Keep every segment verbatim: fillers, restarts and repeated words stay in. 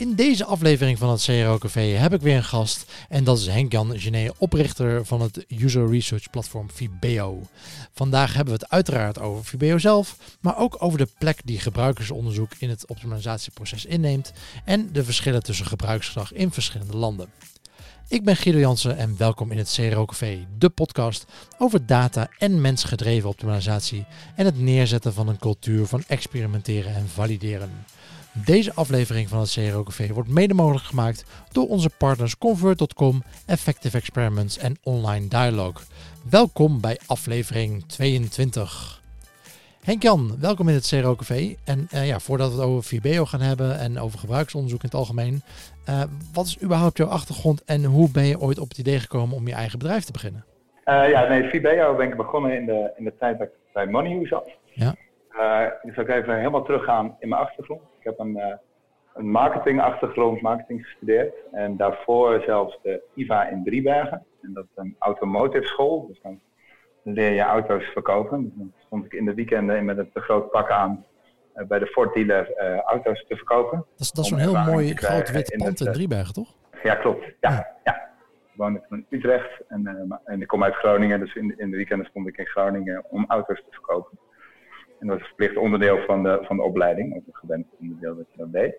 In deze aflevering van het C R O Café heb ik weer een gast en dat is Henk-Jan Gené, oprichter van het user research platform Vibeo. Vandaag hebben we het uiteraard over Vibeo zelf, maar ook over de plek die gebruikersonderzoek in het optimalisatieproces inneemt en de verschillen tussen gebruiksgedrag in verschillende landen. Ik ben Guido Jansen en welkom in het C R O Café, de podcast over data en mensgedreven optimalisatie en het neerzetten van een cultuur van experimenteren en valideren. Deze aflevering van het C R O Café wordt mede mogelijk gemaakt door onze partners Convert punt com, Effective Experiments en Online Dialogue. Welkom bij aflevering tweeëntwintig. Henk-Jan, welkom in het C R O Café. En uh, ja, voordat we het over Vibeo gaan hebben en over gebruiksonderzoek in het algemeen, uh, wat is überhaupt jouw achtergrond en hoe ben je ooit op het idee gekomen om je eigen bedrijf te beginnen? Uh, ja, nee, Vibeo ben ik begonnen in de, in de tijd dat ik bij Moneyou zat. Ja. Uh, ik zou even helemaal teruggaan in mijn achtergrond. Ik heb een, uh, een marketingachtergrond, marketing gestudeerd. En daarvoor zelfs de I V A in Driebergen. En dat is een automotive school. Dus dan leer je auto's verkopen. Dan stond ik in de weekenden met een te groot pak aan uh, bij de Ford dealer uh, auto's te verkopen. Dat is, dat is zo'n heel mooi groot wit pand in, in Driebergen, toch? Ja, klopt. Ja, ja. ja. Ik woon in Utrecht en, uh, en ik kom uit Groningen. Dus in, in de weekenden stond ik in Groningen om auto's te verkopen. En dat was een verplicht onderdeel van de, van de opleiding, ook een gewend onderdeel dat je dat deed.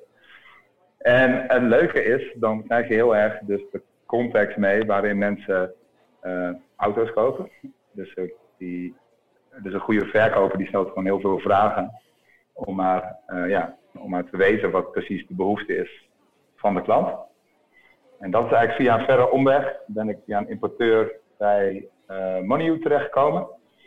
En het leuke is, dan krijg je heel erg dus de context mee waarin mensen uh, auto's kopen. Dus, uh, die, dus een goede verkoper die stelt gewoon heel veel vragen om maar, uh, ja, om maar te weten wat precies de behoefte is van de klant. En dat is eigenlijk via een verre omweg ben ik via een importeur bij uh, Moneyou terechtgekomen.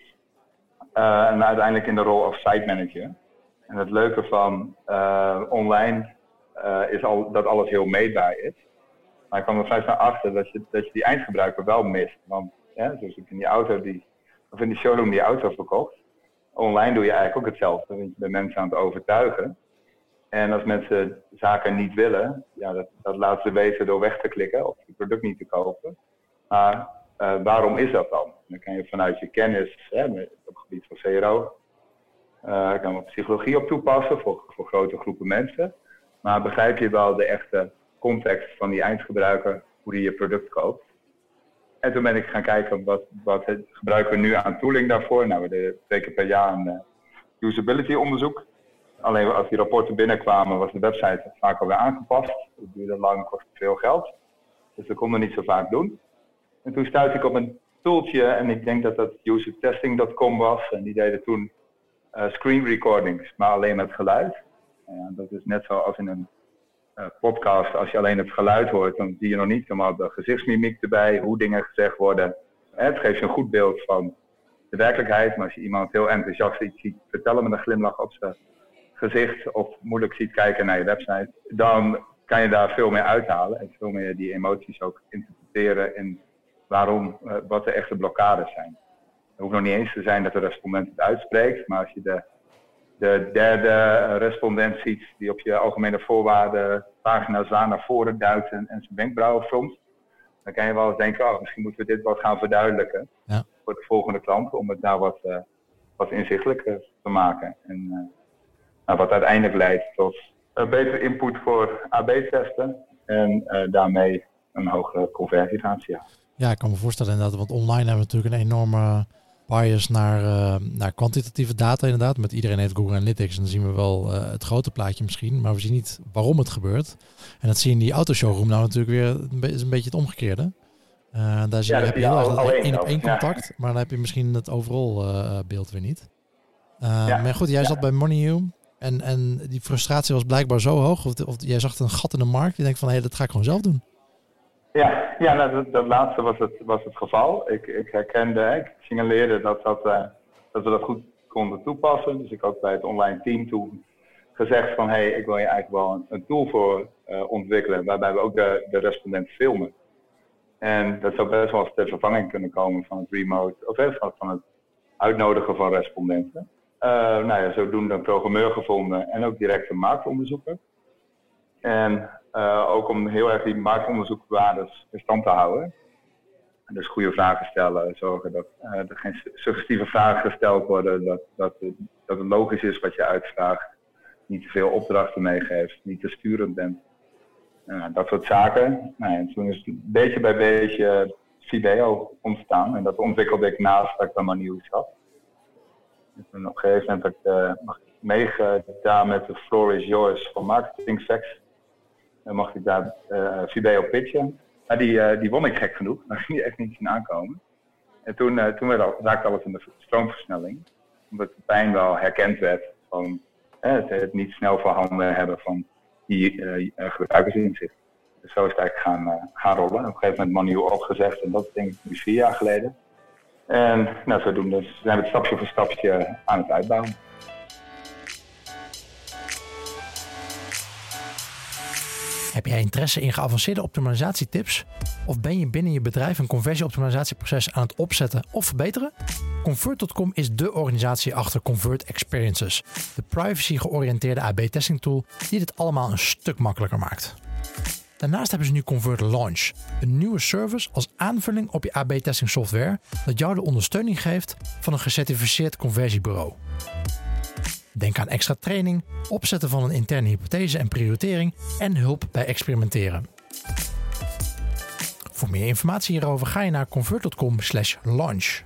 Uh, en uiteindelijk in de rol als site manager. En het leuke van uh, online uh, is al dat alles heel meetbaar is. Maar ik kwam er vrij snel achter dat je, dat je die eindgebruiker wel mist. Want ja, zoals ik in die auto die, of in die showroom die auto verkocht. Online doe je eigenlijk ook hetzelfde. Want je bent mensen aan het overtuigen. En als mensen zaken niet willen, ja, dat, dat laten ze weten door weg te klikken of het product niet te kopen. Maar Uh, waarom is dat dan? Dan kan je vanuit je kennis, hè, op het gebied van C R O, uh, kan je psychologie op toepassen voor, voor grote groepen mensen. Maar begrijp je wel de echte context van die eindgebruiker, hoe die je product koopt? En toen ben ik gaan kijken wat, wat het, gebruiken we nu aan tooling daarvoor. Nou, we deden twee keer per jaar een uh, usability onderzoek. Alleen als die rapporten binnenkwamen was de website vaak alweer aangepast. Dat duurde lang, kostte veel geld. Dus dat konden we niet zo vaak doen. En toen stuitte ik op een tooltje en ik denk dat dat user testing punt com was. En die deden toen uh, screen recordings, maar alleen met geluid. Uh, dat is net zoals in een uh, podcast, als je alleen het geluid hoort, dan zie je nog niet helemaal de gezichtsmimiek erbij, hoe dingen gezegd worden. Uh, het geeft je een goed beeld van de werkelijkheid, maar als je iemand heel enthousiast iets ziet vertellen met een glimlach op zijn gezicht of moeilijk ziet kijken naar je website, dan kan je daar veel meer uithalen en veel meer die emoties ook interpreteren in waarom, uh, wat de echte blokkades zijn. Het hoeft nog niet eens te zijn dat de respondent het uitspreekt, maar als je de, de derde respondent ziet die op je algemene voorwaarden pagina zwaar naar voren duikt en, en zijn wenkbrauwen fronst, dan kan je wel eens denken, oh, misschien moeten we dit wat gaan verduidelijken ja. voor de volgende klant, om het daar wat, uh, wat inzichtelijker te maken. En uh, nou, wat uiteindelijk leidt tot een betere input voor A B testen en uh, daarmee een hogere conversieratio. Ja, ik kan me voorstellen inderdaad, want online hebben we natuurlijk een enorme bias naar, uh, naar kwantitatieve data inderdaad. Met iedereen heeft Google Analytics en dan zien we wel uh, het grote plaatje misschien, maar we zien niet waarom het gebeurt. En dat zie je in die autoshowroom nou natuurlijk weer, een be- is een beetje het omgekeerde. Uh, daar zie je, ja, heb je heel erg dat één op één contact, ja. Maar dan heb je misschien het overal uh, beeld weer niet. Uh, ja. Maar goed, jij ja. zat bij Moneyou en, en die frustratie was blijkbaar zo hoog, of, of jij zag een gat in de markt, je denkt van hé, hey, dat ga ik gewoon zelf doen. Ja, ja nou, dat, dat laatste was het, was het geval. Ik, ik herkende, ik signaleerde dat, dat, uh, dat we dat goed konden toepassen. Dus ik had bij het online team toen gezegd van, hé, hey, ik wil je eigenlijk wel een, een tool voor uh, ontwikkelen, waarbij we ook de, de respondent filmen. En dat zou best wel eens ter vervanging kunnen komen van het remote, of even van het uitnodigen van respondenten. Uh, nou ja, zodoende een programmeur gevonden en ook direct een marktonderzoeker. En uh, ook om heel erg die marktonderzoekwaardes in stand te houden. En dus goede vragen stellen, zorgen dat uh, er geen suggestieve vragen gesteld worden, dat, dat, dat het logisch is wat je uitvraagt, niet te veel opdrachten meegeeft, niet te sturend bent. Uh, dat soort zaken. Nou, en toen is het beetje bij beetje Vibeo ontstaan. En dat ontwikkelde ik naast dat ik bij Maniou zat. En toen op een gegeven moment heb ik uh, meegedaan met de Floor is Yours van Marketing Facts. Dan mocht ik daar uh, Vibeo pitchen. Maar die, uh, die won ik gek genoeg. Daar ging die echt niet zien aankomen. En toen, uh, toen werd al, raakte alles in de stroomversnelling. Omdat de pijn wel herkend werd van uh, het, het niet snel voorhanden hebben van die uh, uh, gebruikersinzicht. Dus zo is het eigenlijk gaan, uh, gaan rollen. En op een gegeven moment Maniou opgezegd en dat is denk ik nu vier jaar geleden. En nou, zodoende zijn we het stapje voor stapje aan het uitbouwen. Heb jij interesse in geavanceerde optimalisatietips? Of ben je binnen je bedrijf een conversieoptimalisatieproces aan het opzetten of verbeteren? Convert punt com is dé organisatie achter Convert Experiences, de privacy-georiënteerde A B-testing tool die dit allemaal een stuk makkelijker maakt. Daarnaast hebben ze nu Convert Launch, een nieuwe service als aanvulling op je A B-testing software dat jou de ondersteuning geeft van een gecertificeerd conversiebureau. Denk aan extra training, opzetten van een interne hypothese en prioritering en hulp bij experimenteren. Voor meer informatie hierover ga je naar convert punt com slash launch.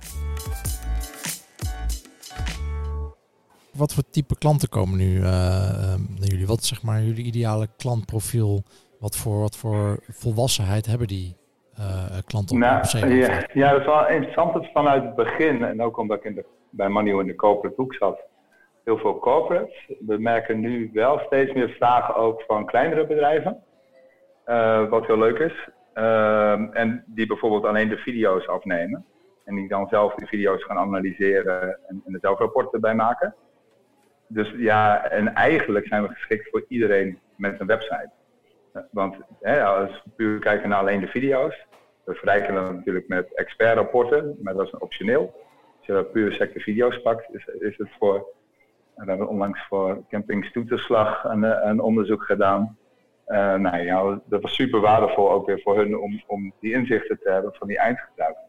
Wat voor type klanten komen nu uh, naar jullie? Wat is zeg maar jullie ideale klantprofiel? Wat voor, wat voor volwassenheid hebben die uh, klanten op nou, zich? Ja, ja, dat is wel interessant. Dat vanuit het begin, en ook omdat ik in de, bij Maniou in de corporate hoek zat, heel veel corporates. We merken nu wel steeds meer vragen ook van kleinere bedrijven. Uh, wat heel leuk is. Uh, en die bijvoorbeeld alleen de video's afnemen. En die dan zelf die video's gaan analyseren en, en er zelf rapporten bij maken. Dus ja, en eigenlijk zijn we geschikt voor iedereen met een website. Want hè, als we puur kijken naar alleen de video's, we verrijken dan natuurlijk met expertrapporten, maar dat is optioneel. Als je dat puur sector video's pakt, is, is het voor, we hebben onlangs voor Camping Stoeterslag een, een onderzoek gedaan. Uh, nou ja, dat was super waardevol ook weer voor hun om, om die inzichten te hebben van die eindgebruiker.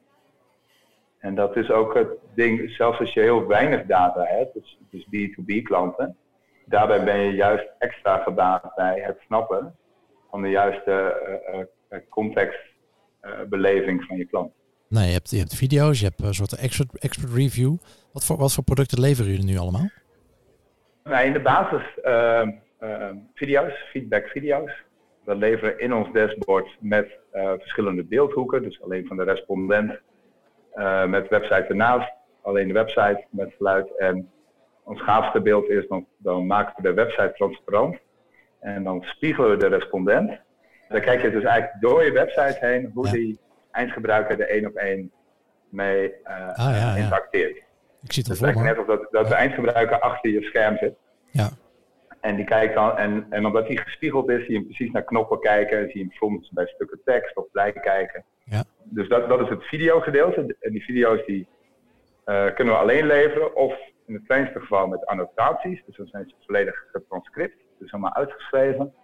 En dat is ook het ding, zelfs als je heel weinig data hebt, dus, dus B to B klanten, daarbij ben je juist extra gebaat bij het snappen van de juiste uh, uh, contextbeleving uh, van je klant. Nee, je hebt, je hebt video's, je hebt een soort expert, expert review. Wat voor, wat voor producten leveren jullie nu allemaal? Nou, in de basis uh, uh, video's, feedback video's. We leveren in ons dashboard met uh, verschillende beeldhoeken, dus alleen van de respondent. Uh, met website ernaast, alleen de website met geluid. En ons gaafste beeld is, dan, dan maken we de website transparant. En dan spiegelen we de respondent. Dan kijk je dus eigenlijk door je website heen hoe ja. die eindgebruiker er één op één mee uh, ah, ja, interacteert. Ja. Ik zie het dus wel voor, net of dat, dat de eindgebruiker achter je scherm zit. Ja. En die kijkt dan, en, en omdat die gespiegeld is, zie je hem precies naar knoppen kijken, zie je hem soms bij stukken tekst of blij kijken. Ja. Dus dat, dat is het videogedeelte. En die video's die uh, kunnen we alleen leveren, of in het kleinste geval met annotaties, dus dan zijn ze volledig getranscript, dus helemaal uitgeschreven.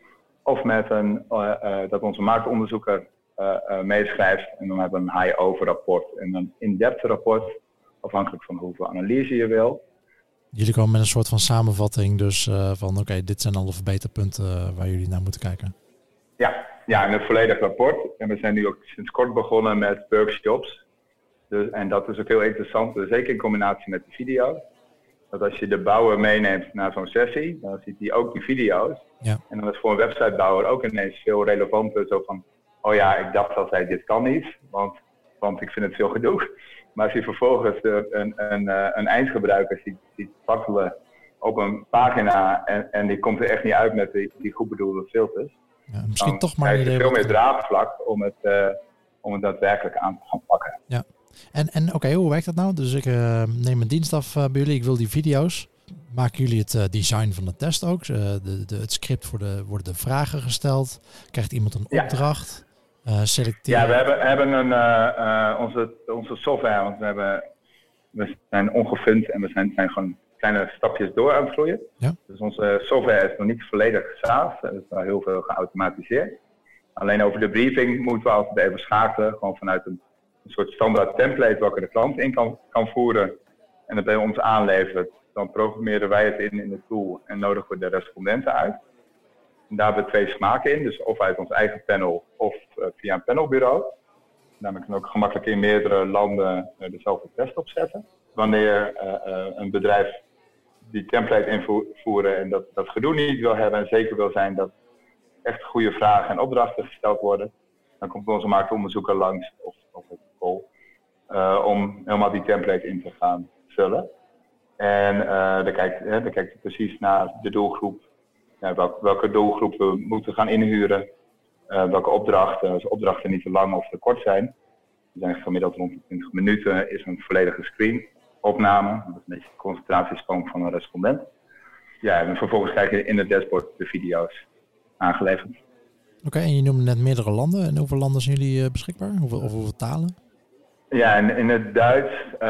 Of met een, uh, uh, dat onze marktonderzoeker uh, uh, meeschrijft en dan hebben we een high-over rapport en een in-depth rapport, afhankelijk van hoeveel analyse je wil. Jullie komen met een soort van samenvatting, dus uh, van oké, okay, dit zijn alle verbeterpunten uh, waar jullie naar moeten kijken. Ja, ja, een volledig rapport. En we zijn nu ook sinds kort begonnen met workshops. Dus, en dat is ook heel interessant, zeker in combinatie met de video. Dat als je de bouwer meeneemt naar zo'n sessie, dan ziet hij ook die video's. Ja. En dan is voor een websitebouwer ook ineens veel relevanter. Zo van, oh ja, ik dacht altijd dit kan niet, want, want ik vind het veel gedoe. Maar als je vervolgens de, een, een, een eindgebruiker ziet, ziet fakkelen op een pagina en, en die komt er echt niet uit met die, die goed bedoelde filters. Ja, misschien dan toch maar krijg je veel meer draagvlak om het, uh, om het daadwerkelijk aan te gaan pakken. Ja. En, en oké, okay, hoe werkt dat nou? Dus ik uh, neem een dienst af uh, bij jullie, ik wil die video's. Maken jullie het uh, design van de test ook? Uh, de, de, het script voor de, worden de vragen gesteld? Krijgt iemand een ja. opdracht? Uh, selecteren? Ja, we hebben, hebben een, uh, uh, onze, onze software, want we, hebben, we zijn ongefund en we zijn, zijn gewoon kleine stapjes door aan het groeien. Ja. Dus onze software is nog niet volledig SaaS, er is wel heel veel geautomatiseerd. Alleen over de briefing moeten we altijd even schakelen, gewoon vanuit een, een soort standaard template welke de klant in kan, kan voeren en dat bij ons aanlevert. Dan programmeren wij het in in de tool en nodigen we de respondenten uit. En daar hebben we twee smaken in, dus of uit ons eigen panel of uh, via een panelbureau. Daarmee kunnen we ook gemakkelijk in meerdere landen uh, dezelfde test opzetten. Wanneer uh, uh, een bedrijf die template invoeren en dat, dat gedoe niet wil hebben en zeker wil zijn dat echt goede vragen en opdrachten gesteld worden, dan komt onze marktonderzoeker langs of, of het call uh, om helemaal die template in te gaan vullen. En uh, dan kijkt hè, dan kijkt hij precies naar de doelgroep, ja, welke, welke doelgroep we moeten gaan inhuren, uh, welke opdrachten, als opdrachten niet te lang of te kort zijn. Die zijn gemiddeld rond de twintig minuten, is een volledige screenopname. Dat is een beetje de concentratiesprong van een respondent. Ja, en vervolgens krijg je in het dashboard de video's aangeleverd. Oké, okay, en je noemde net meerdere landen. En hoeveel landen zijn jullie uh, beschikbaar? Hoeveel, of hoeveel talen? Ja, in, in het Duits,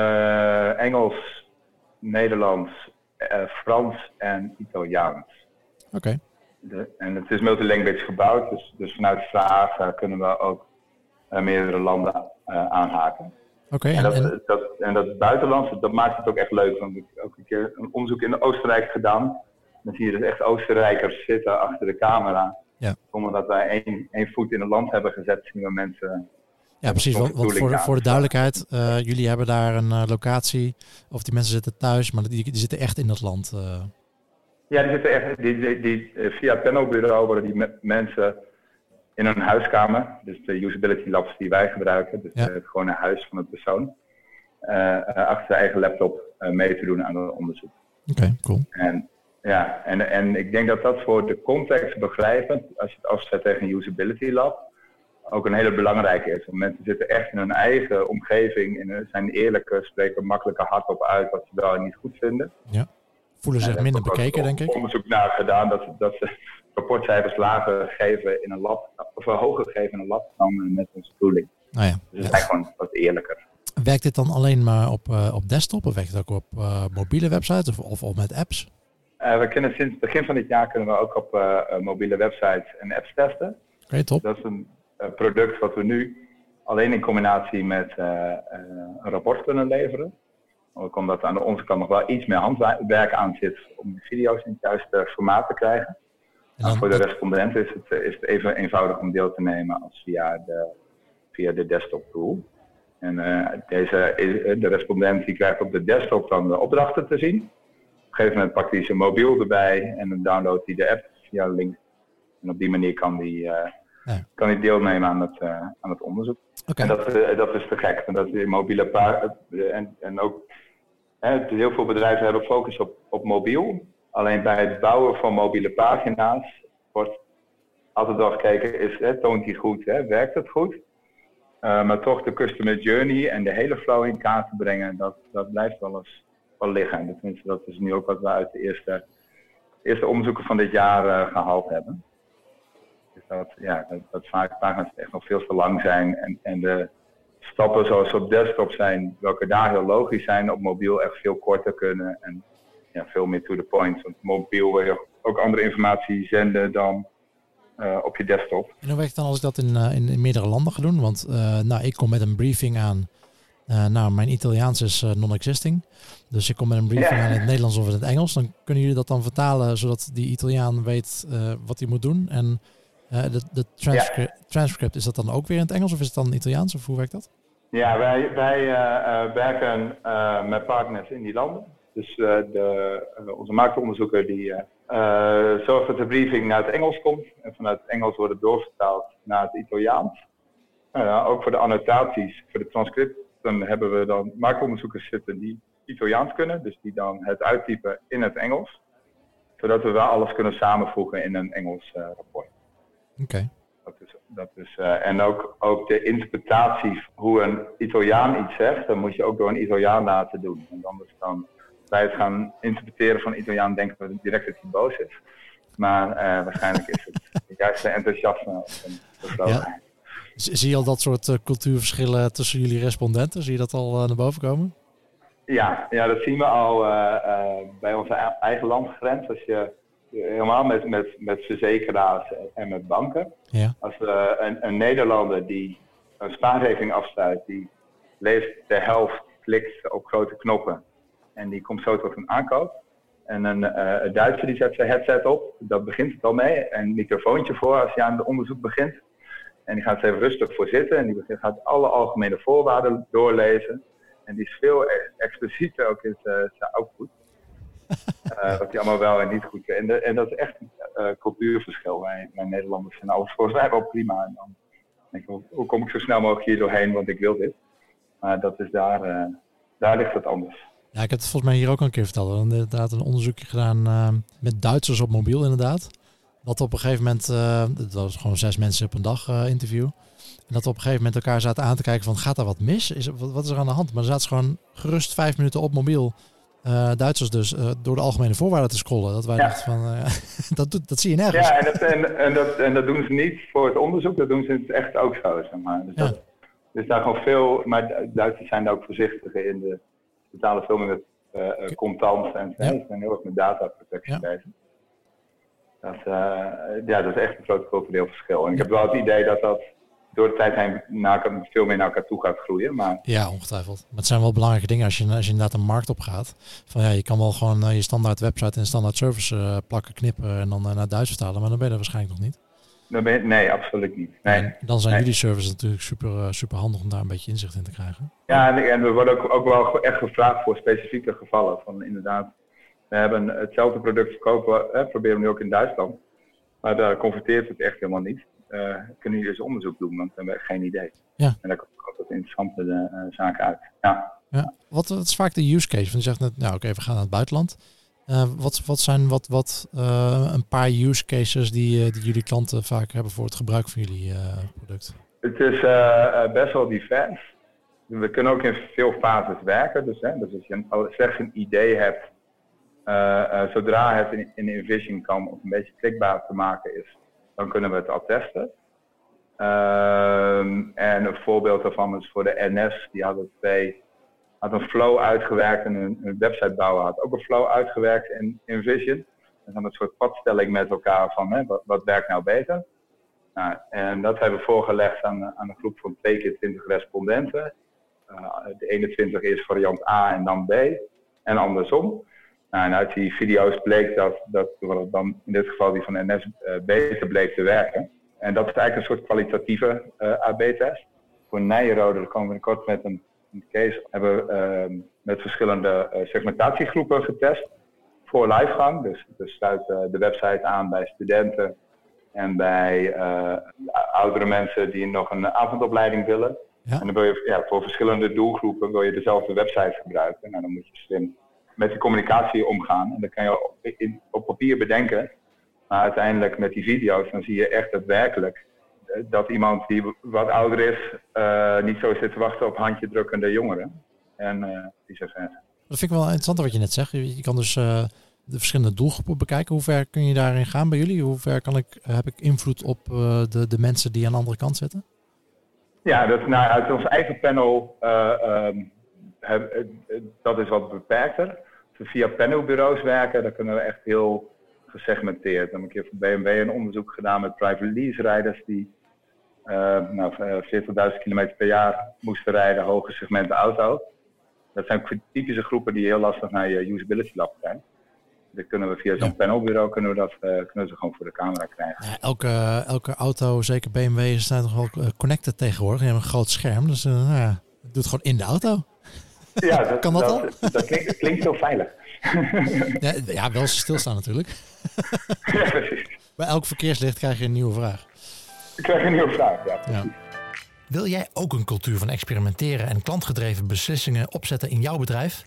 uh, Engels, Nederlands, uh, Frans en Italiaans. Oké. Okay. En het is multilanguage gebouwd, dus, dus vanuit vragen kunnen we ook uh, meerdere landen uh, aanhaken. Oké. Okay, en, en, dat, en... dat, en dat buitenlandse, dat maakt het ook echt leuk. Want ik heb ook een keer een onderzoek in Oostenrijk gedaan. Dan zie je dus echt Oostenrijkers zitten achter de camera. Ja. Zonder dat wij één, één voet in het land hebben gezet, zien we mensen. Ja, precies. Want, want voor, de, voor de duidelijkheid, uh, jullie hebben daar een uh, locatie. Of die mensen zitten thuis, maar die, die zitten echt in dat land. Uh. Ja, die zitten echt. Die, die, die, via het panelbureau worden die me, mensen in een huiskamer. Dus de usability labs die wij gebruiken. Dus ja. Het gewone huis van de persoon. Uh, achter zijn eigen laptop uh, mee te doen aan het onderzoek. Oké, okay, cool. En, ja, en, en ik denk dat dat voor de context begrijpen, als je het afzet tegen een usability lab, ook een hele belangrijke is. Want mensen zitten echt in hun eigen omgeving en zijn eerlijk, spreken makkelijker hardop uit wat ze wel en niet goed vinden. Ja. Voelen zich minder bekeken, denk ik. Er is onderzoek naar gedaan dat, dat ze rapportcijfers lager geven in een lab, of hoger geven in een lab dan met onze tooling. Oh ja. Dus het is ja. gewoon wat eerlijker. Werkt dit dan alleen maar op, uh, op desktop of werkt het ook op uh, mobiele websites of, of, of met apps? Uh, we kunnen sinds het begin van dit jaar kunnen we ook op uh, uh, mobiele websites en apps testen. Oké, okay, top. Dat is een uh, product wat we nu alleen in combinatie met uh, uh, een rapport kunnen leveren. Ook omdat aan onze kant nog wel iets meer handwerk aan zit om de video's in het juiste formaat te krijgen. En dan, voor de respondent is het, is het even eenvoudig om deel te nemen als via de, via de desktop tool. En uh, deze, de respondent die krijgt op de desktop dan de opdrachten te zien. Op een gegeven moment pakt hij zijn mobiel erbij en dan downloadt hij de app via een link. En op die manier kan hij, uh, ja. kan hij deelnemen aan het, uh, aan het onderzoek. Okay. En dat, uh, dat is te gek. En, dat die mobiele pa- en, en ook hè, heel veel bedrijven hebben focus op, op mobiel. Alleen bij het bouwen van mobiele pagina's wordt altijd wel gekeken, is, hè, toont die goed, hè, werkt het goed? Uh, maar toch de customer journey en de hele flow in kaart te brengen, dat, dat blijft wel eens wel liggen. En tenminste, dat is nu ook wat we uit de eerste, eerste onderzoeken van dit jaar uh, gehaald hebben. Dus dat, ja, dat, dat vaak pagina's echt nog veel te lang zijn en, en de stappen zoals op desktop zijn, welke daar heel logisch zijn, op mobiel echt veel korter kunnen en ja, veel meer to the point. Want mobiel wil je ook andere informatie zenden dan Uh, op je desktop. En hoe werkt het dan als ik dat in, uh, in, in meerdere landen ga doen? Want uh, nou, ik kom met een briefing aan. Uh, nou, mijn Italiaans is uh, non-existing. Dus ik kom met een briefing yeah. aan in het Nederlands of in het Engels. Dan kunnen jullie dat dan vertalen, zodat die Italiaan weet uh, wat hij moet doen. En uh, de, de transcri- yeah. transcript, is dat dan ook weer in het Engels of is het dan Italiaans? Of hoe werkt dat? Ja, wij, wij uh, uh, werken uh, met partners in die landen. Dus uh, de, uh, onze marktonderzoeker die uh, uh, zorgt dat de briefing naar het Engels komt. En vanuit het Engels wordt het doorvertaald naar het Italiaans. Uh, ook voor de annotaties, voor de transcripten hebben we dan marktonderzoekers zitten die Italiaans kunnen. Dus die dan het uittypen in het Engels. Zodat we wel alles kunnen samenvoegen in een Engels uh, rapport. Oké. Okay. Dat is, dat is, uh, en ook, ook de interpretatie hoe een Italiaan iets zegt, dan moet je ook door een Italiaan laten doen. Want anders dan bij het gaan interpreteren van Italiaan denken we direct dat hij boos is. Maar uh, waarschijnlijk is het juist de enthousiasme. Ja. Zie je al dat soort uh, cultuurverschillen tussen jullie respondenten? Zie je dat al uh, naar boven komen? Ja, ja, dat zien we al uh, uh, bij onze eigen landsgrens. Als je helemaal met, met, met verzekeraars en met banken. Ja. Als uh, een, een Nederlander die een spaarrekening afsluit, die leest de helft, klikt op grote knoppen. En die komt zo tot een aankoop. En een uh, Duitser die zet zijn headset op, dat begint het al mee. En een microfoontje voor als je aan het onderzoek begint. En die gaat er even rustig voor zitten en die begint, gaat alle algemene voorwaarden doorlezen. En die is veel explicieter ook in zijn output. Uh, wat hij allemaal wel en niet goed vindt. En, de, en dat is echt een uh, cultuurverschil. Wij, wij Nederlanders zijn alles volgens mij wel prima. En dan denk ik, hoe kom ik zo snel mogelijk hier doorheen, want ik wil dit. Maar dat is daar, uh, daar ligt het anders. Ja, ik heb het volgens mij hier ook al een keer verteld. We hebben inderdaad een onderzoekje gedaan uh, met Duitsers op mobiel inderdaad. Dat op een gegeven moment, uh, dat was gewoon zes mensen op een dag uh, interview. En dat we op een gegeven moment elkaar zaten aan te kijken van, gaat daar wat mis? Is, wat, wat is er aan de hand? Maar dan zaten ze gewoon gerust vijf minuten op mobiel. Uh, Duitsers dus, uh, door de algemene voorwaarden te scrollen. Dat wij ja. dachten van, uh, dat, doet, dat zie je nergens. Ja, en dat, en, en, dat, en dat doen ze niet voor het onderzoek, dat doen ze het echt ook zo. Zeg maar. Dus, ja. dat, dus daar gewoon veel, maar Duitsers zijn daar ook voorzichtiger in. De betalen veel meer met uh, contant en ze ja. zijn heel erg met dataprotectie ja. bezig. Dat, uh, ja, dat is echt een groot cultureel verschil. En ik heb wel het idee dat dat door de tijd heen naar, veel meer naar elkaar toe gaat groeien. Maar... Ja, ongetwijfeld. Maar het zijn wel belangrijke dingen als je, als je inderdaad een markt op gaat. Van ja, je kan wel gewoon uh, je standaard website en standaard service uh, plakken, knippen en dan uh, naar Duits vertalen. Maar dan ben je er waarschijnlijk nog niet. Dan ben je, nee, absoluut niet. Nee. En dan zijn nee. jullie services natuurlijk super, uh, super handig om daar een beetje inzicht in te krijgen. Ja, en, en we worden ook, ook wel echt gevraagd voor specifieke gevallen. Van inderdaad, we hebben hetzelfde product verkopen, eh, proberen we nu ook in Duitsland. Maar daar converteert het echt helemaal niet. Uh, kunnen jullie eens onderzoek doen, want dan hebben we geen idee. Ja. En daar komen altijd interessante uh, zaken uit. Ja. Ja. Wat, wat is vaak de use case? Want je zegt net, nou oké, okay, we gaan naar het buitenland. Uh, wat, wat zijn wat, wat, uh, een paar use cases die, uh, die jullie klanten vaak hebben voor het gebruik van jullie uh, product? Het is uh, best wel divers. We kunnen ook in veel fases werken. Dus, hè, dus als je een, als slechts een idee hebt, uh, uh, zodra het in, in InVision kan of een beetje klikbaar te maken is, dan kunnen we het al testen. Um, en een voorbeeld daarvan is voor de N S. Die hadden twee, had een flow uitgewerkt en een, een websitebouwer had ook een flow uitgewerkt in InVision. En dan een soort padstelling met elkaar van hè, wat, wat werkt nou beter. Nou, en dat hebben we voorgelegd aan, aan een groep van twee keer twintig respondenten. Uh, de eenentwintig is variant A en dan B. En andersom. Nou, en uit die video's bleek dat, dat dan in dit geval die van N S uh, beter bleek te werken. En dat is eigenlijk een soort kwalitatieve uh, A B-test. Voor Nijrode, daar komen we binnenkort met een, een case, hebben we uh, met verschillende uh, segmentatiegroepen getest. Voor livegang, dus we sluiten uh, de website aan bij studenten en bij uh, oudere mensen die nog een avondopleiding willen. Ja. En dan wil je ja, voor verschillende doelgroepen wil je dezelfde website gebruiken. Nou, dan moet je slim met die communicatie omgaan. En dat kan je op, in, op papier bedenken. Maar uiteindelijk met die video's, dan zie je echt daadwerkelijk dat iemand die wat ouder is, uh, niet zo zit te wachten op handje drukkende jongeren. En uh, die zo verder. Dat vind ik wel interessant wat je net zegt. Je, je kan dus uh, de verschillende doelgroepen bekijken. Hoe ver kun je daarin gaan bij jullie? Hoe ver kan ik, heb ik invloed op uh, de, de mensen die aan de andere kant zitten? Ja, dat, nou, uit ons eigen panel, uh, um, heb, uh, dat is wat beperkter. Als we via panelbureaus werken, dan kunnen we echt heel gesegmenteerd. We hebben een keer voor B M W een onderzoek gedaan met private lease rijders die uh, nou, veertigduizend kilometer per jaar moesten rijden, hoge segmenten auto. Dat zijn typische groepen die heel lastig naar je usability lab zijn. Dan kunnen we via zo'n ja. panelbureau kunnen we dat uh, kunnen we ze gewoon voor de camera krijgen. Ja, elke, elke auto, zeker B M W, zijn toch wel connected tegenwoordig. Die hebben een groot scherm, dus uh, nou ja, het doet gewoon in de auto. Ja, dat, kan dat, dat al? Dat, dat, klinkt, dat klinkt heel veilig. Ja, ja, wel ze stilstaan natuurlijk. Ja, precies. Bij elk verkeerslicht krijg je een nieuwe vraag. Ik krijg een nieuwe vraag, ja. ja. Wil jij ook een cultuur van experimenteren en klantgedreven beslissingen opzetten in jouw bedrijf?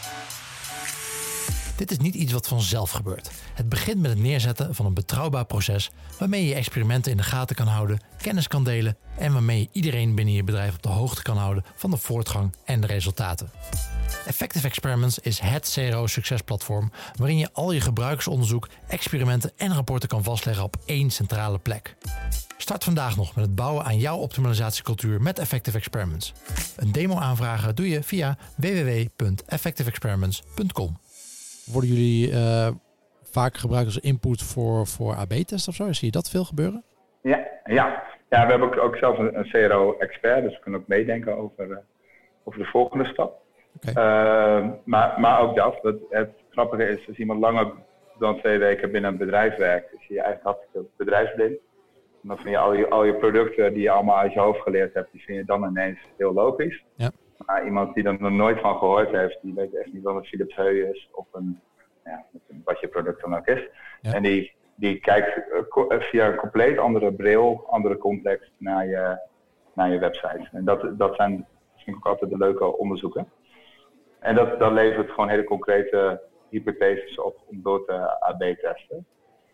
Dit is niet iets wat vanzelf gebeurt. Het begint met het neerzetten van een betrouwbaar proces waarmee je experimenten in de gaten kan houden, kennis kan delen en waarmee je iedereen binnen je bedrijf op de hoogte kan houden van de voortgang en de resultaten. Effective Experiments is het C R O-succesplatform waarin je al je gebruikersonderzoek, experimenten en rapporten kan vastleggen op één centrale plek. Start vandaag nog met het bouwen aan jouw optimalisatiecultuur met Effective Experiments. Een demo aanvragen doe je via w w w punt effective experiments punt com. Worden jullie uh, vaak gebruikt als input voor, voor A B-tests of zo? Zie je dat veel gebeuren? Ja, ja. ja we hebben ook, ook zelf een, een C R O-expert, dus we kunnen ook meedenken over, uh, over de volgende stap. Okay. Uh, maar, maar ook dat, dat het grappige is, als iemand langer dan twee weken binnen een bedrijf werkt, is je eigenlijk hartstikke bedrijfsblind. En dan vind je al, je al je producten die je allemaal uit je hoofd geleerd hebt, die vind je dan ineens heel logisch. Ja. Maar iemand die er nog nooit van gehoord heeft, die weet echt niet wat een Philips Hue is of een, ja, wat je product dan ook is. Ja. En die, die kijkt uh, via een compleet andere bril, andere context naar je, naar je website. En dat, dat zijn vind ik ook altijd de leuke onderzoeken. En dat, dat levert gewoon hele concrete hypotheses op om door te A B testen.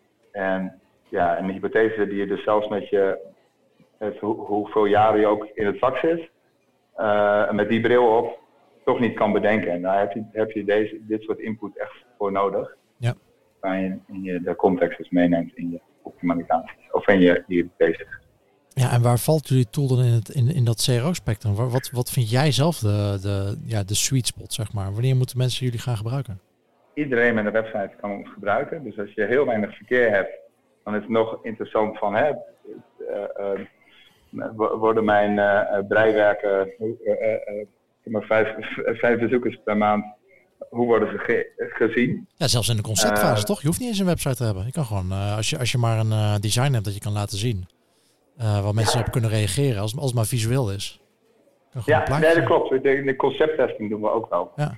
En ja, een hypothese die je dus zelfs met je, met hoe, hoeveel jaren je ook in het vak zit, uh, met die bril op, toch niet kan bedenken. En daar heb je, heb je deze, dit soort input echt voor nodig. Ja. Waar je, je de context dus meeneemt in je optimalisaties of in je hypothese. Ja, en waar valt jullie tool dan in, het, in, in dat C R O-spectrum? Wat, wat vind jij zelf de, de, ja, de sweet spot, zeg maar? Wanneer moeten mensen jullie gaan gebruiken? Iedereen met een website kan ons gebruiken. Dus als je heel weinig verkeer hebt, dan is het nog interessant van, hè, uh, uh, worden mijn uh, breiwerken, uh, uh, uh, vijf, vijf bezoekers per maand, hoe worden ze ge- gezien? Ja, zelfs in de conceptfase uh, toch? Je hoeft niet eens een website te hebben. Je kan gewoon, uh, als, je, als je maar een uh, design hebt dat je kan laten zien. Uh, waar mensen op kunnen reageren, als, als het maar visueel is. Ja, nee, dat klopt. De, de concepttesting doen we ook wel. Ja.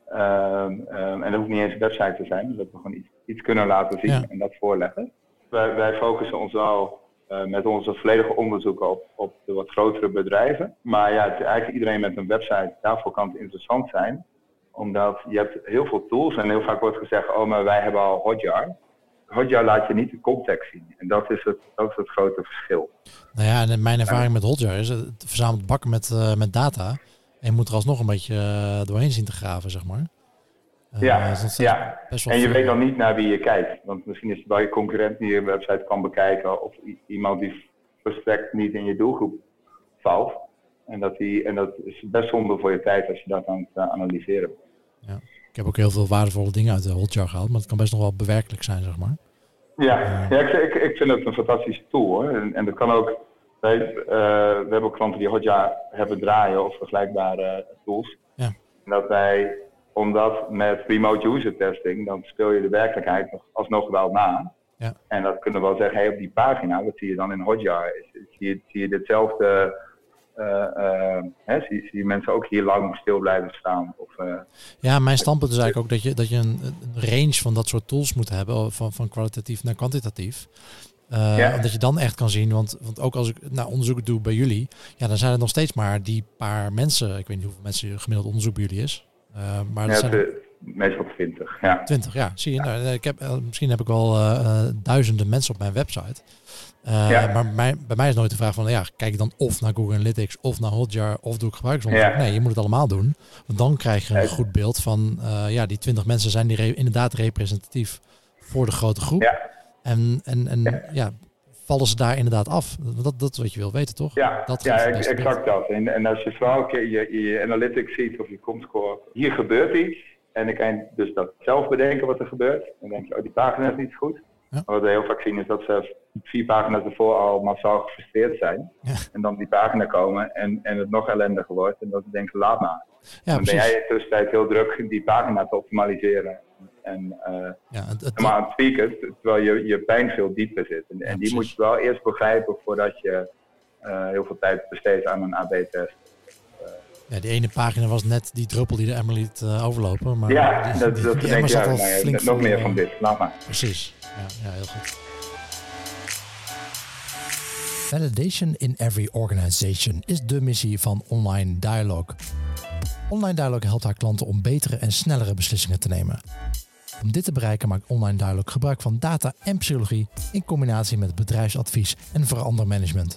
Um, um, en dat hoeft niet eens een website te zijn, dus dat we gewoon iets, iets kunnen laten zien ja. en dat voorleggen. Wij, wij focussen ons al uh, met onze volledige onderzoeken op, op de wat grotere bedrijven. Maar ja, het, eigenlijk iedereen met een website, daarvoor kan het interessant zijn. Omdat je hebt heel veel tools en heel vaak wordt gezegd, oh maar wij hebben al Hotjar. Hotjar laat je niet de context zien. En dat is het, dat is het grote verschil. Nou ja, en mijn ervaring met Hotjar is het verzamelt bakken met, uh, met data. En je moet er alsnog een beetje uh, doorheen zien te graven, zeg maar. Uh, ja, dus ja. Best wel en je veel. Weet dan niet naar wie je kijkt. Want misschien is het wel je concurrent die je website kan bekijken. Of i- iemand die verstrekt niet in je doelgroep valt. En dat, die, en dat is best zonde voor je tijd als je dat aan het uh, analyseren bent. Ja. Ik heb ook heel veel waardevolle dingen uit de Hotjar gehaald. Maar het kan best nog wel bewerkelijk zijn, zeg maar. Ja, uh, ja ik, ik, ik vind het een fantastische tool hoor. En, en dat kan ook. Wij, uh, we hebben ook klanten die Hotjar hebben draaien of vergelijkbare tools. Ja. En dat wij, omdat met remote user testing, dan speel je de werkelijkheid nog, alsnog wel na. Ja. En dat kunnen we wel zeggen, hey, op die pagina, wat zie je dan in Hotjar? Zie je, zie je ditzelfde, uh, uh, hè, zie, zie je mensen ook hier lang stil blijven staan? Of, uh, ja, mijn standpunt is eigenlijk ook dat je, dat je een, een range van dat soort tools moet hebben, van, van kwalitatief naar kwantitatief. Uh, ja. Omdat je dan echt kan zien, want, want ook als ik nou, onderzoek doe bij jullie, ja, dan zijn het nog steeds maar die paar mensen. Ik weet niet hoeveel mensen gemiddeld onderzoek bij jullie is. Uh, maar ja, dat zijn de, meestal twintig. Ja. twintig, ja. Zie je, ja. Nou, ik heb, uh, misschien heb ik wel uh, uh, duizenden mensen op mijn website. Uh, ja. Maar mij, bij mij is nooit de vraag van, ja, kijk ik dan of naar Google Analytics of naar Hotjar of doe ik gebruikersonderzoek? Ja. Nee, je moet het allemaal doen. Want dan krijg je een goed beeld van, uh, ja, die twintig mensen zijn die re- inderdaad representatief voor de grote groep. Ja. En, en, en ja. ja, vallen ze daar inderdaad af? Dat, dat is wat je wil weten, toch? Ja, dat ja exact dat. En, en als je vooral een keer je, je analytics ziet of je comscore, hier gebeurt iets. En dan kan je dus dat zelf bedenken wat er gebeurt. Dan denk je, oh, die pagina is niet goed. Ja. Maar wat we heel vaak zien is dat ze vier pagina's ervoor al massaal gefrustreerd zijn. Ja. En dan die pagina komen en, en het nog ellendiger wordt. En dat ze denken, laat maar. Ja, dan ben jij in de tussentijd heel druk die pagina te optimaliseren. En uh, ja, het, het, maar aan het tweaken, terwijl je, je pijn veel dieper zit. En, ja, en die moet je wel eerst begrijpen voordat je uh, heel veel tijd besteedt aan een A B-test. Uh, ja, die ene pagina was net die druppel die de emmer liet uh, overlopen. Maar ja, die, dat, die, dat die, die denk emmer zat ja, al nou ja, flink nog meer uh, van dit, laat maar. Precies, ja, ja, heel goed. Validation in every organization is de missie van Online Dialogue. Online Dialogue helpt haar klanten om betere en snellere beslissingen te nemen. Om dit te bereiken maakt Online Dialogue gebruik van data en psychologie in combinatie met bedrijfsadvies en verandermanagement.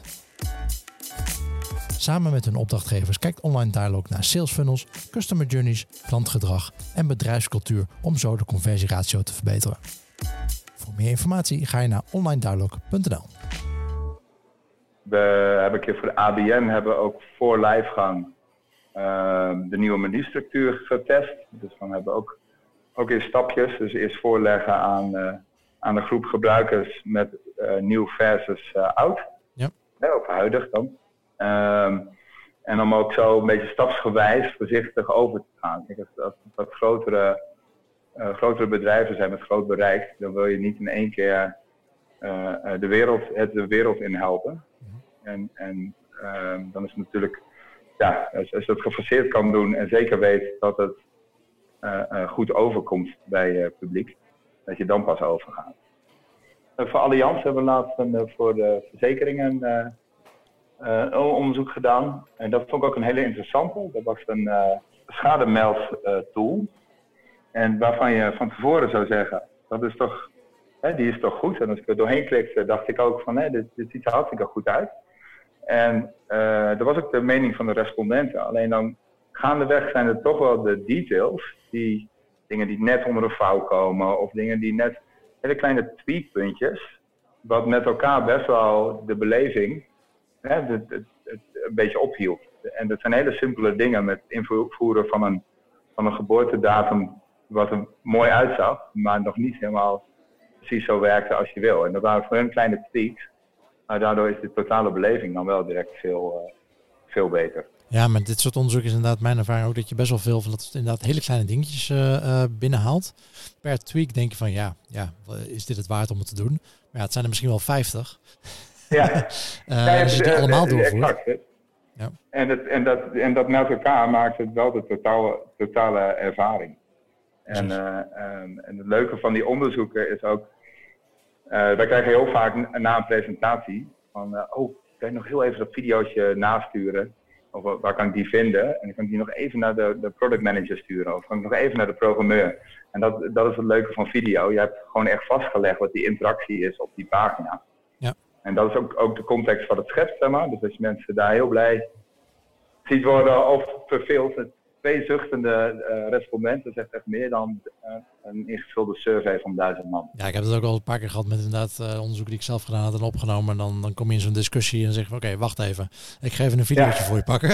Samen met hun opdrachtgevers kijkt Online Dialogue naar sales funnels, customer journeys, klantgedrag en bedrijfscultuur om zo de conversieratio te verbeteren. Voor meer informatie ga je naar online dialogue punt n l. We hebben een keer voor de A B N hebben ook voor lijfgang uh, de nieuwe menustructuur getest. Dus dan hebben we ook, ook in stapjes. Dus eerst voorleggen aan, uh, aan de groep gebruikers met uh, nieuw versus uh, oud. Ja. Ja, of huidig dan. Um, en om ook zo een beetje stapsgewijs voorzichtig over te gaan. Kijk, als, als wat grotere uh, grotere bedrijven zijn met groot bereik, dan wil je niet in één keer uh, uh, de, wereld, het de wereld in helpen. En, en uh, dan is het natuurlijk, ja, als, als je dat gefaseerd kan doen en zeker weet dat het uh, uh, goed overkomt bij het uh, publiek, dat je dan pas overgaat. Uh, voor Allianz hebben we laatst een, uh, voor de verzekeringen uh, uh, een onderzoek gedaan. En dat vond ik ook een hele interessante. Dat was een uh, schademeld uh, tool. En waarvan je van tevoren zou zeggen, dat is toch, hè, die is toch goed. En als ik er doorheen klikte, dacht ik ook van, hè, dit, dit ziet er hartstikke goed uit. En uh, dat was ook de mening van de respondenten. Alleen dan gaandeweg zijn er toch wel de details, die dingen die net onder een vouw komen, of dingen die net, hele kleine tweakpuntjes, wat met elkaar best wel de beleving hè, het, het, het een beetje ophield. En dat zijn hele simpele dingen met invoeren van een, van een geboortedatum wat er mooi uitzag, maar nog niet helemaal precies zo werkte als je wil. En dat waren voor hun kleine tweaks. Maar daardoor is de totale beleving dan wel direct veel, uh, veel beter. Ja, met dit soort onderzoek is inderdaad mijn ervaring ook dat je best wel veel van dat inderdaad hele kleine dingetjes uh, uh, binnenhaalt. Per tweak denk je van ja, ja, is dit het waard om het te doen? Maar ja, het zijn er misschien wel vijftig. Ja, uh, ja, als je die allemaal doorvoert. Exact, ja. en, het, en, dat, en dat met elkaar maakt het wel de totale, totale ervaring. En, uh, um, en het leuke van die onderzoeken is ook, uh, wij krijgen heel vaak na een presentatie van, uh, oh, kan je nog heel even dat videootje nasturen? Of uh, waar kan ik die vinden? En dan kan ik die nog even naar de, de product manager sturen. Of kan ik nog even naar de programmeur? En dat, dat is het leuke van video. Je hebt gewoon echt vastgelegd wat die interactie is op die pagina. Ja. En dat is ook, ook de context van het schets, zeg maar. Dus als je mensen daar heel blij ziet worden of verveeld, twee zuchtende uh, respondenten zegt echt meer dan uh, een ingevulde survey van duizend man. Ja, ik heb het ook al een paar keer gehad met inderdaad uh, onderzoek die ik zelf gedaan had en opgenomen. En dan, dan kom je in zo'n discussie en dan zeg je oké, okay, wacht even. Ik ga even een videootje ja. voor je pakken.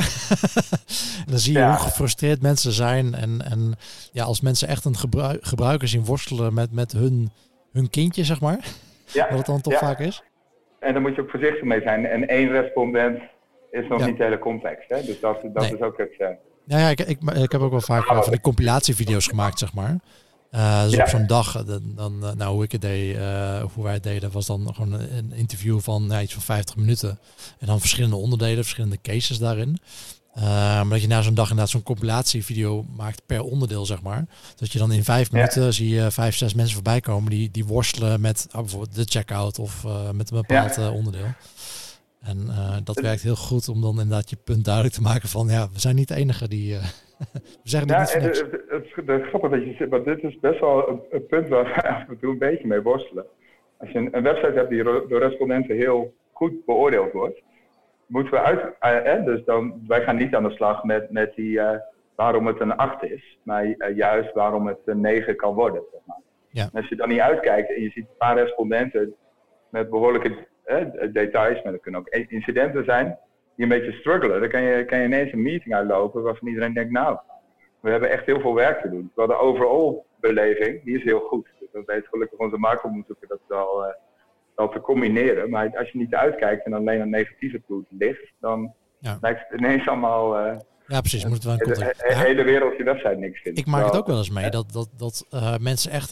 En dan zie je ja. hoe gefrustreerd mensen zijn. En, en ja, als mensen echt een gebruik, gebruiker zien worstelen met, met hun, hun kindje, zeg maar. Ja. Wat het dan toch ja. vaak is. En daar moet je ook voorzichtig mee zijn. En één respondent is nog ja. niet de hele context. Hè? Dus dat, dat nee. is ook het... Uh, Ja, ja ik, ik, ik heb ook wel vaak uh, van die compilatievideo's gemaakt, zeg maar. Uh, dus ja. op zo'n dag, dan, dan, nou, hoe ik het deed, uh, hoe wij het deden, was dan gewoon een interview van ja, iets van vijftig minuten. En dan verschillende onderdelen, verschillende cases daarin. Uh, maar dat je na zo'n dag inderdaad zo'n compilatievideo maakt per onderdeel, zeg maar. Dat je dan in vijf minuten ja. zie je vijf, zes mensen voorbij komen die, die worstelen met uh, bijvoorbeeld de checkout of uh, met een bepaald ja. uh, onderdeel. En uh, dat werkt heel goed om dan inderdaad je punt duidelijk te maken van ja, we zijn niet de enige die... Uh, we zeggen ja, niet voor niks. Het, het, het, het is grappig dat je zegt, maar dit is best wel een, een punt waar we af en toe een beetje mee worstelen. Als je een, een website hebt die door respondenten heel goed beoordeeld wordt, moeten we uit... Uh, eh, dus dan, wij gaan niet aan de slag met, met die uh, waarom het een acht is, maar uh, juist waarom het een negen kan worden. Zeg maar. Ja. En als je dan niet uitkijkt en je ziet een paar respondenten met behoorlijke... Eh, details, maar dat kunnen ook incidenten zijn die een beetje struggelen. Dan kan je, kan je ineens een meeting uitlopen waarvan iedereen denkt, nou, we hebben echt heel veel werk te doen. Terwijl de overall beleving, die is heel goed. Dus dat weet gelukkig onze marktonderzoeker dat wel, uh, wel te combineren. Maar als je niet uitkijkt en alleen een negatieve toet ligt, dan ja. lijkt het ineens allemaal... Uh, ja, precies. Moet het wel in context. De, de, de hele wereld je website niks vindt. Ik maak het ook wel eens mee ja. dat, dat, dat uh, mensen echt...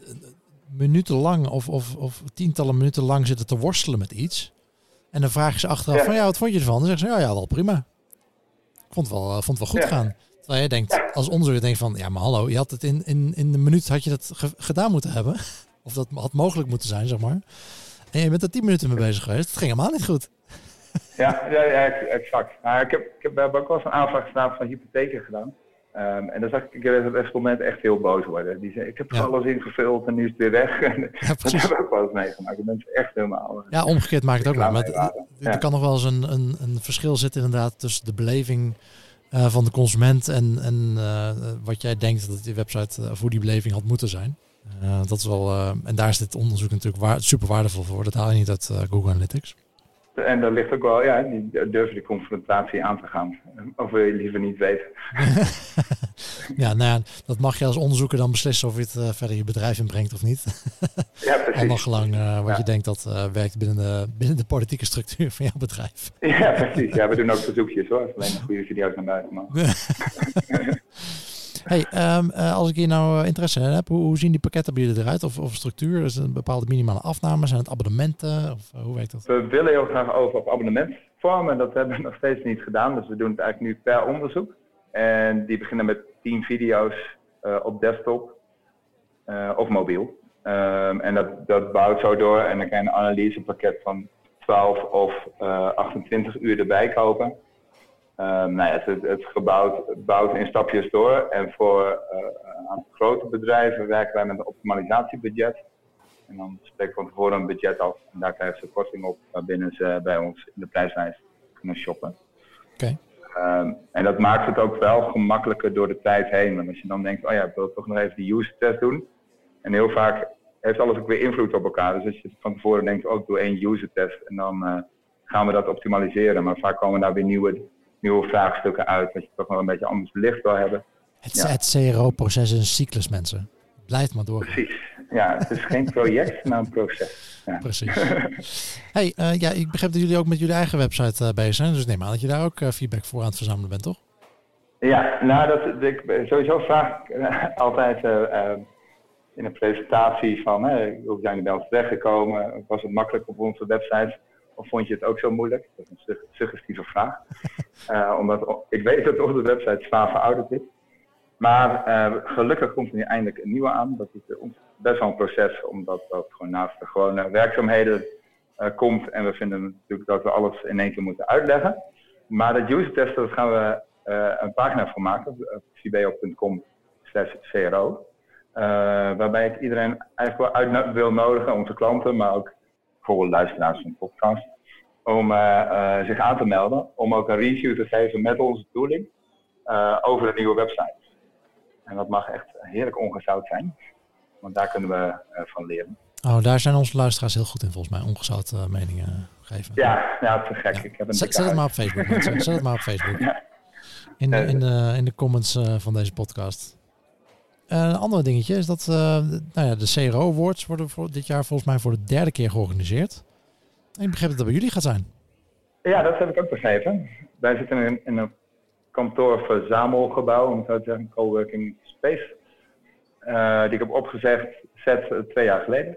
minutenlang of, of, of tientallen minuten lang zitten te worstelen met iets. En dan vraag je ze achteraf ja. van ja, wat vond je ervan? Dan zeggen ze ja, ja, wel prima. Ik vond het wel, vond het wel goed ja. gaan. Terwijl je denkt, ja. als onderzoeker denkt van ja, maar hallo, je had het in, in, in een minuut had je dat ge- gedaan moeten hebben. Of dat had mogelijk moeten zijn, zeg maar. En je bent er tien minuten mee bezig geweest. Het ging helemaal niet goed. Ja, ja, ja exact. Nou, ik, heb, ik heb ook wel eens een aanvraag gedaan van hypotheken gedaan. Um, en dan zag ik het respondent echt heel boos worden. Die zei, ik heb ja. alles ingevuld en nu is het weer weg. Ja, dat heb ik ook wel eens meegemaakt. Dat mensen echt helemaal... Uh, ja, omgekeerd maakt het ook wel. Maar het, ja. Er kan nog wel eens een, een, een verschil zitten inderdaad tussen de beleving uh, van de consument en, en uh, wat jij denkt dat die website uh, voor die beleving had moeten zijn. Uh, dat is wel, uh, en daar is dit onderzoek natuurlijk waar, super waardevol voor. Dat haal je niet uit uh, Google Analytics. En daar ligt ook wel, ja, die durven die confrontatie aan te gaan. Of wil je liever niet weten. Ja, nou ja, dat mag je als onderzoeker dan beslissen of je het uh, verder je bedrijf inbrengt of niet. Ja, precies. Al nog lang uh, wat ja. je denkt dat uh, werkt binnen de, binnen de politieke structuur van jouw bedrijf. Ja, precies. Ja, we doen ook verzoekjes hoor. Als alleen een goede video's naar buiten mag. Hey, Hey, um, uh, als ik hier nou interesse in heb, hoe, hoe zien die pakketten bij jullie eruit? Of, of structuur? Is het een bepaalde minimale afname? Zijn het abonnementen? Of uh, hoe werkt dat? We willen heel graag over op abonnementvorm en dat hebben we nog steeds niet gedaan. Dus we doen het eigenlijk nu per onderzoek. En die beginnen met tien video's uh, op desktop uh, of mobiel. Um, en dat, dat bouwt zo door en dan kan je een analysepakket van twaalf of uh, achtentwintig uur erbij kopen. Um, nou ja, het, het gebouwd, het bouwt in stapjes door en voor uh, een aantal grote bedrijven werken wij met een optimalisatiebudget. En dan spreken we van tevoren een budget af en daar krijgen ze korting op waarbinnen ze bij ons in de prijslijst kunnen shoppen. Oké. Okay. Um, en dat maakt het ook wel gemakkelijker door de tijd heen. Want als je dan denkt, oh ja, ik wil toch nog even die user test doen. En heel vaak heeft alles ook weer invloed op elkaar. Dus als je van tevoren denkt, oh ik doe één user test en dan uh, gaan we dat optimaliseren. Maar vaak komen daar weer nieuwe, nieuwe vraagstukken uit. Dat je toch wel een beetje anders belicht wil hebben. Het, ja. het C R O-proces is een cyclus, mensen. Blijf maar door. Precies. Ja, het is geen project, maar een proces. Ja. Precies. Hey, uh, ja, ik begrijp dat jullie ook met jullie eigen website uh, bezig zijn. Dus ik neem aan dat je daar ook uh, feedback voor aan het verzamelen bent, toch? Ja, nou, dat, ik, sowieso vraag ik uh, altijd uh, uh, in een presentatie van uh, hoe zijn jullie bij ons terechtgekomen? Was het makkelijk op onze website? Of vond je het ook zo moeilijk? Dat is een suggestieve vraag. uh, omdat ik weet dat onze website zwaar verouderd is. Maar uh, gelukkig komt er nu eindelijk een nieuwe aan. Dat is best wel een proces, omdat dat gewoon naast de gewone werkzaamheden uh, komt. En we vinden natuurlijk dat we alles in één keer moeten uitleggen. Maar dat user testen, dat gaan we uh, een pagina voor maken. Uh, vibeo punt com slash C R O. Uh, waarbij ik iedereen eigenlijk wel uit wil nodigen, onze klanten, maar ook bijvoorbeeld luisteraars van de podcast. Om uh, uh, zich aan te melden. Om ook een review te geven met onze tooling uh, over de nieuwe website. En dat mag echt heerlijk ongezout zijn. Want daar kunnen we uh, van leren. Oh, daar zijn onze luisteraars heel goed in volgens mij. Ongezout uh, meningen geven. Ja, ja, het is gek. Ja. Ik heb een zet, zet het maar op Facebook, mensen. Zet het maar op Facebook. Ja. In, de, in, de, in de comments uh, van deze podcast. Uh, een ander dingetje is dat uh, nou ja, de C R O Awards worden voor dit jaar volgens mij voor de derde keer georganiseerd. En ik begreep dat dat bij jullie gaat zijn. Ja, dat heb ik ook begrepen. Wij zitten in, in een kantoorverzamelgebouw, om het zo te zeggen, een coworking space. Uh, die ik heb opgezet zet, uh, twee jaar geleden.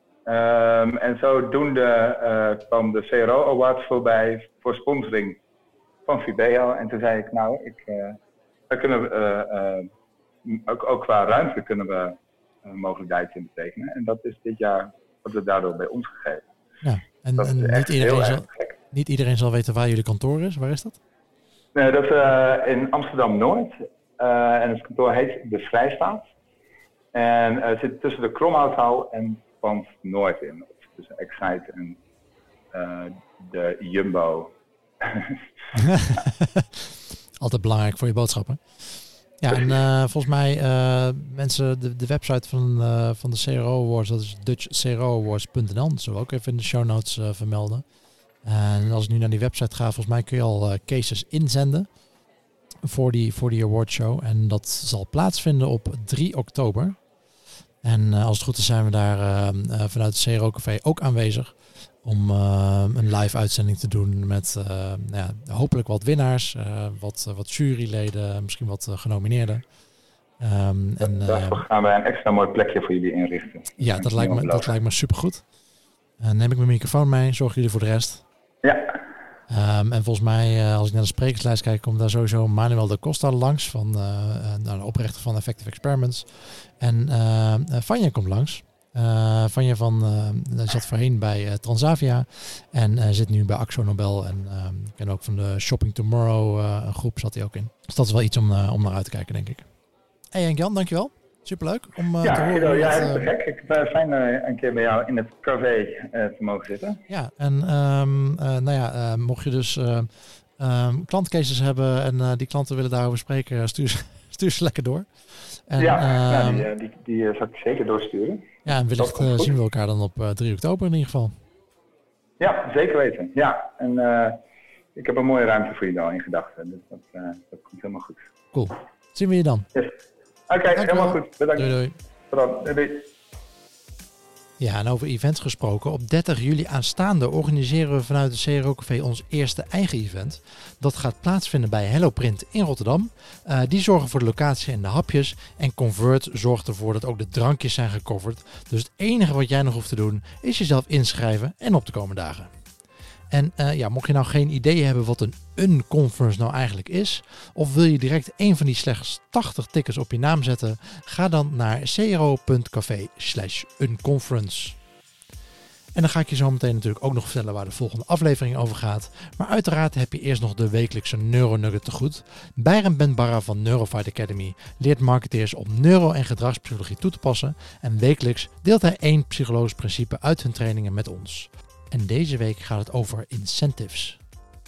Um, en zodoende uh, kwam de C R O Awards voorbij voor sponsoring van Vibeo. En toen zei ik, nou, ik, uh, daar kunnen we, uh, uh, ook, ook qua ruimte kunnen we uh, mogelijkheden in betekenen. En dat is dit jaar, dat we daardoor bij ons gegeven. Ja, en, dat en is niet, iedereen zal, gek. niet iedereen zal weten waar jullie kantoor is. Waar is dat? Nee, dat is uh, in Amsterdam-Noord. Uh, en het kantoor heet De Vrijstaat. En het uh, zit tussen de Kromhouthal en Pand Noord in. Tussen Excite en uh, de Jumbo. Altijd belangrijk voor je boodschappen. Ja, en uh, volgens mij uh, mensen, de, de website van, uh, van de C R O Awards, dat is dutch c r o awards punt n l. Dat zullen we ook even in de show notes uh, vermelden. En als ik nu naar die website ga, volgens mij kun je al uh, cases inzenden voor die, voor die awardshow. En dat zal plaatsvinden op drie oktober. En uh, als het goed is zijn we daar uh, uh, vanuit het C R O Café ook aanwezig. Om uh, een live uitzending te doen met uh, nou ja, hopelijk wat winnaars, uh, wat, uh, wat juryleden, misschien wat uh, genomineerden. Um, en, uh, Daarvoor gaan wij een extra mooi plekje voor jullie inrichten. Ja, dat lijkt, me, dat lijkt me supergoed. Uh, neem ik mijn microfoon mee, zorgen jullie voor de rest. Ja. Um, en volgens mij, uh, als ik naar de sprekerslijst kijk, komt daar sowieso Manuel de Costa langs, van uh, uh, de oprichter van Effective Experiments. En uh, uh, Vanja komt langs. Uh, Vanja van, uh, zat voorheen bij uh, Transavia en uh, zit nu bij Axo Nobel. En uh, ik ken ook van de Shopping Tomorrow uh, groep zat hij ook in. Dus dat is wel iets om, uh, om naar uit te kijken, denk ik. Hey Henk-Jan, dankjewel. Superleuk om uh, ja, te horen. Guido, ja, dat, dat is te gek. Ik ben fijn uh, een keer bij jou in het café uh, te mogen zitten. Ja, en um, uh, nou ja, uh, mocht je dus uh, um, klantcases hebben en uh, die klanten willen daarover spreken, stuur, stuur ze lekker door. En, ja, uh, nou, die, die, die uh, zal ik zeker doorsturen. Ja, en wellicht uh, zien we elkaar dan op uh, drie oktober in ieder geval. Ja, zeker weten. Ja, en uh, ik heb een mooie ruimte voor je al in gedachten. Dus dat, uh, dat komt helemaal goed. Cool. Zien we je dan. Yes. Oké, okay, helemaal goed. Bedankt. Doei doei. Tot dan. Doei. Ja, en over events gesproken. Op dertig juli aanstaande organiseren we vanuit het C R O Café ons eerste eigen event. Dat gaat plaatsvinden bij HelloPrint in Rotterdam. Uh, die zorgen voor de locatie en de hapjes. En Convert zorgt ervoor dat ook de drankjes zijn gecoverd. Dus het enige wat jij nog hoeft te doen is jezelf inschrijven en op te komen dagen. En uh, ja, mocht je nou geen idee hebben wat een unconference nou eigenlijk is, of wil je direct een van die slechts tachtig tickets op je naam zetten, ga dan naar cro.café slash unconference. En dan ga ik je zo meteen natuurlijk ook nog vertellen waar de volgende aflevering over gaat. Maar uiteraard heb je eerst nog de wekelijkse Neuronugget te goed. Byron Ben-Barra van Neurofight Academy leert marketeers om neuro- en gedragspsychologie toe te passen. En wekelijks deelt hij één psychologisch principe uit hun trainingen met ons. En deze week gaat het over incentives.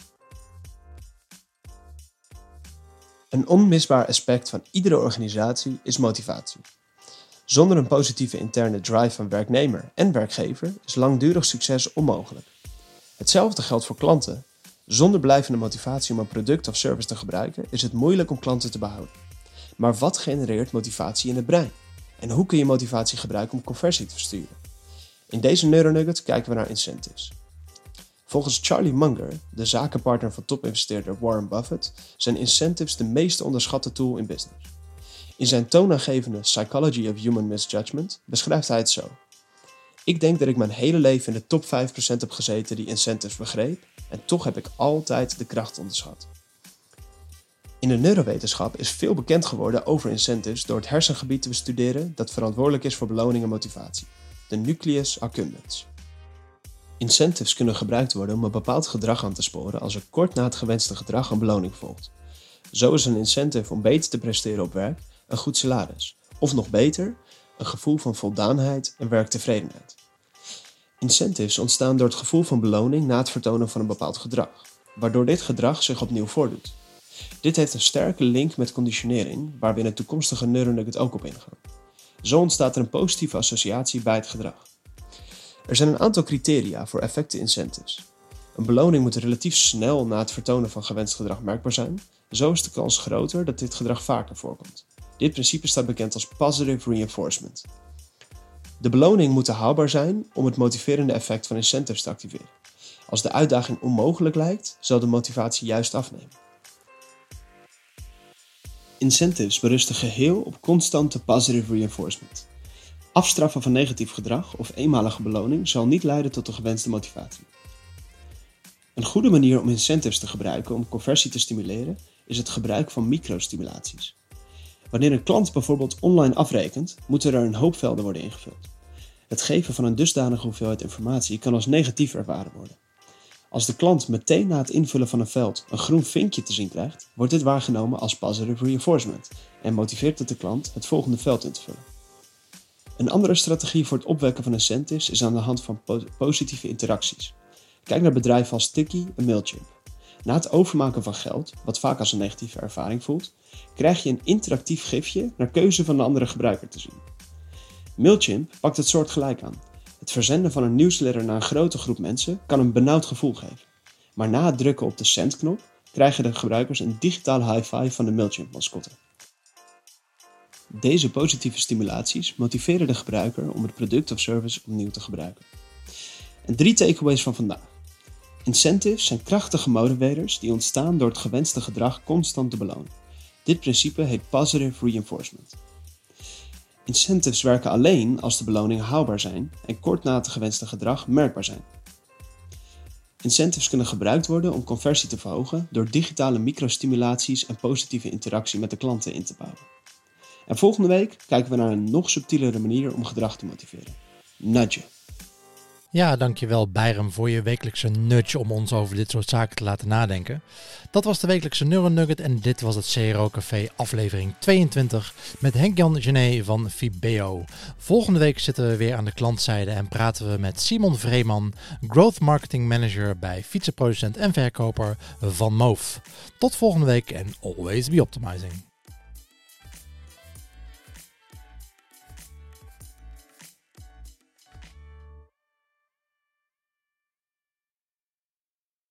Een onmisbaar aspect van iedere organisatie is motivatie. Zonder een positieve interne drive van werknemer en werkgever is langdurig succes onmogelijk. Hetzelfde geldt voor klanten. Zonder blijvende motivatie om een product of service te gebruiken is het moeilijk om klanten te behouden. Maar wat genereert motivatie in het brein? En hoe kun je motivatie gebruiken om conversie te versturen? In deze Neuronugget kijken we naar incentives. Volgens Charlie Munger, de zakenpartner van topinvesteerder Warren Buffett, zijn incentives de meest onderschatte tool in business. In zijn toonaangevende Psychology of Human Misjudgment beschrijft hij het zo. Ik denk dat ik mijn hele leven in de top vijf procent heb gezeten die incentives begreep en toch heb ik altijd de kracht onderschat. In de neurowetenschap is veel bekend geworden over incentives door het hersengebied te bestuderen dat verantwoordelijk is voor beloning en motivatie. De nucleus accumbens. Incentives kunnen gebruikt worden om een bepaald gedrag aan te sporen als er kort na het gewenste gedrag een beloning volgt. Zo is een incentive om beter te presteren op werk een goed salaris. Of nog beter, een gevoel van voldaanheid en werktevredenheid. Incentives ontstaan door het gevoel van beloning na het vertonen van een bepaald gedrag, waardoor dit gedrag zich opnieuw voordoet. Dit heeft een sterke link met conditionering, waar we in het toekomstige Neuronugget ook op ingaan. Zo ontstaat er een positieve associatie bij het gedrag. Er zijn een aantal criteria voor effective incentives. Een beloning moet relatief snel na het vertonen van gewenst gedrag merkbaar zijn. Zo is de kans groter dat dit gedrag vaker voorkomt. Dit principe staat bekend als positive reinforcement. De beloning moet haalbaar zijn om het motiverende effect van incentives te activeren. Als de uitdaging onmogelijk lijkt, zal de motivatie juist afnemen. Incentives berusten geheel op constante positive reinforcement. Afstraffen van negatief gedrag of eenmalige beloning zal niet leiden tot de gewenste motivatie. Een goede manier om incentives te gebruiken om conversie te stimuleren is het gebruik van microstimulaties. Wanneer een klant bijvoorbeeld online afrekent, moeten er een hoop velden worden ingevuld. Het geven van een dusdanige hoeveelheid informatie kan als negatief ervaren worden. Als de klant meteen na het invullen van een veld een groen vinkje te zien krijgt, wordt dit waargenomen als positive reinforcement en motiveert het de klant het volgende veld in te vullen. Een andere strategie voor het opwekken van incentives is aan de hand van po- positieve interacties. Kijk naar bedrijven als Tiki en Mailchimp. Na het overmaken van geld, wat vaak als een negatieve ervaring voelt, krijg je een interactief gifje naar keuze van de andere gebruiker te zien. Mailchimp pakt het soortgelijk aan. Het verzenden van een nieuwsletter naar een grote groep mensen kan een benauwd gevoel geven. Maar na het drukken op de send-knop krijgen de gebruikers een digitale high five van de Mailchimp-mascotte. Deze positieve stimulaties motiveren de gebruiker om het product of service opnieuw te gebruiken. En drie takeaways van vandaag. Incentives zijn krachtige motivators die ontstaan door het gewenste gedrag constant te belonen. Dit principe heet positive reinforcement. Incentives werken alleen als de beloningen haalbaar zijn en kort na het gewenste gedrag merkbaar zijn. Incentives kunnen gebruikt worden om conversie te verhogen door digitale microstimulaties en positieve interactie met de klanten in te bouwen. En volgende week kijken we naar een nog subtielere manier om gedrag te motiveren. Nudgen. Ja, dankjewel Byron voor je wekelijkse nudge om ons over dit soort zaken te laten nadenken. Dat was de wekelijkse Neuronugget en dit was het C R O Café aflevering tweeëntwintig met Henk-Jan Genet van Fibeo. Volgende week zitten we weer aan de klantzijde en praten we met Simon Vreeman, Growth Marketing Manager bij fietsenproducent en verkoper Van Moof. Tot volgende week en always be optimizing.